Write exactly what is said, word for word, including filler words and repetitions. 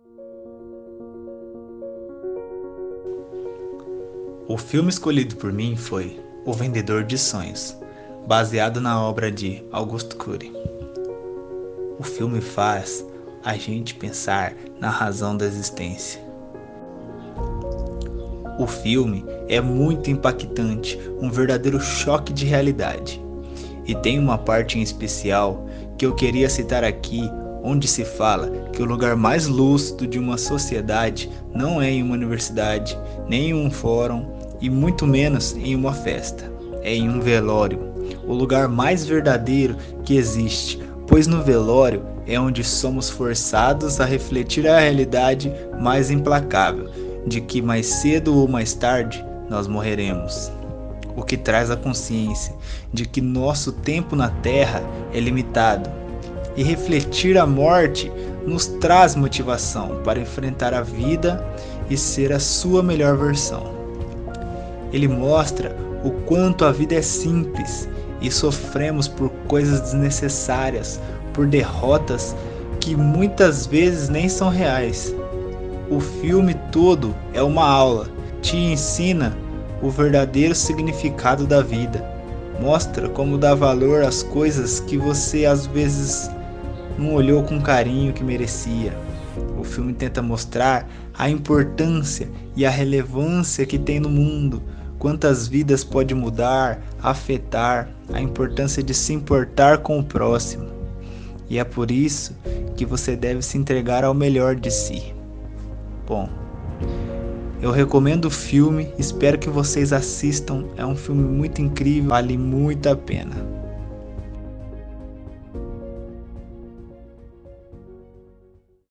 O filme escolhido por mim foi O Vendedor de Sonhos, baseado na obra de Augusto Cury. O filme faz a gente pensar na razão da existência. O filme é muito impactante, um verdadeiro choque de realidade. E tem uma parte em especial que eu queria citar aqui, onde se fala que o lugar mais lúcido de uma sociedade não é em uma universidade, nem em um fórum e muito menos em uma festa. É em um velório, o lugar mais verdadeiro que existe, pois no velório é onde somos forçados a refletir a realidade mais implacável, de que mais cedo ou mais tarde nós morreremos. O que traz a consciência de que nosso tempo na Terra é limitado. E refletir a morte nos traz motivação para enfrentar a vida e ser a sua melhor versão. Ele mostra o quanto a vida é simples e sofremos por coisas desnecessárias, por derrotas que muitas vezes nem são reais. O filme todo é uma aula, te ensina o verdadeiro significado da vida. Mostra como dar valor às coisas que você às vezes não olhou com o carinho que merecia. O filme tenta mostrar a importância e a relevância que tem no mundo, quantas vidas pode mudar, afetar, a importância de se importar com o próximo. E é por isso que você deve se entregar ao melhor de si. Bom, eu recomendo o filme, espero que vocês assistam, é um filme muito incrível, vale muito a pena.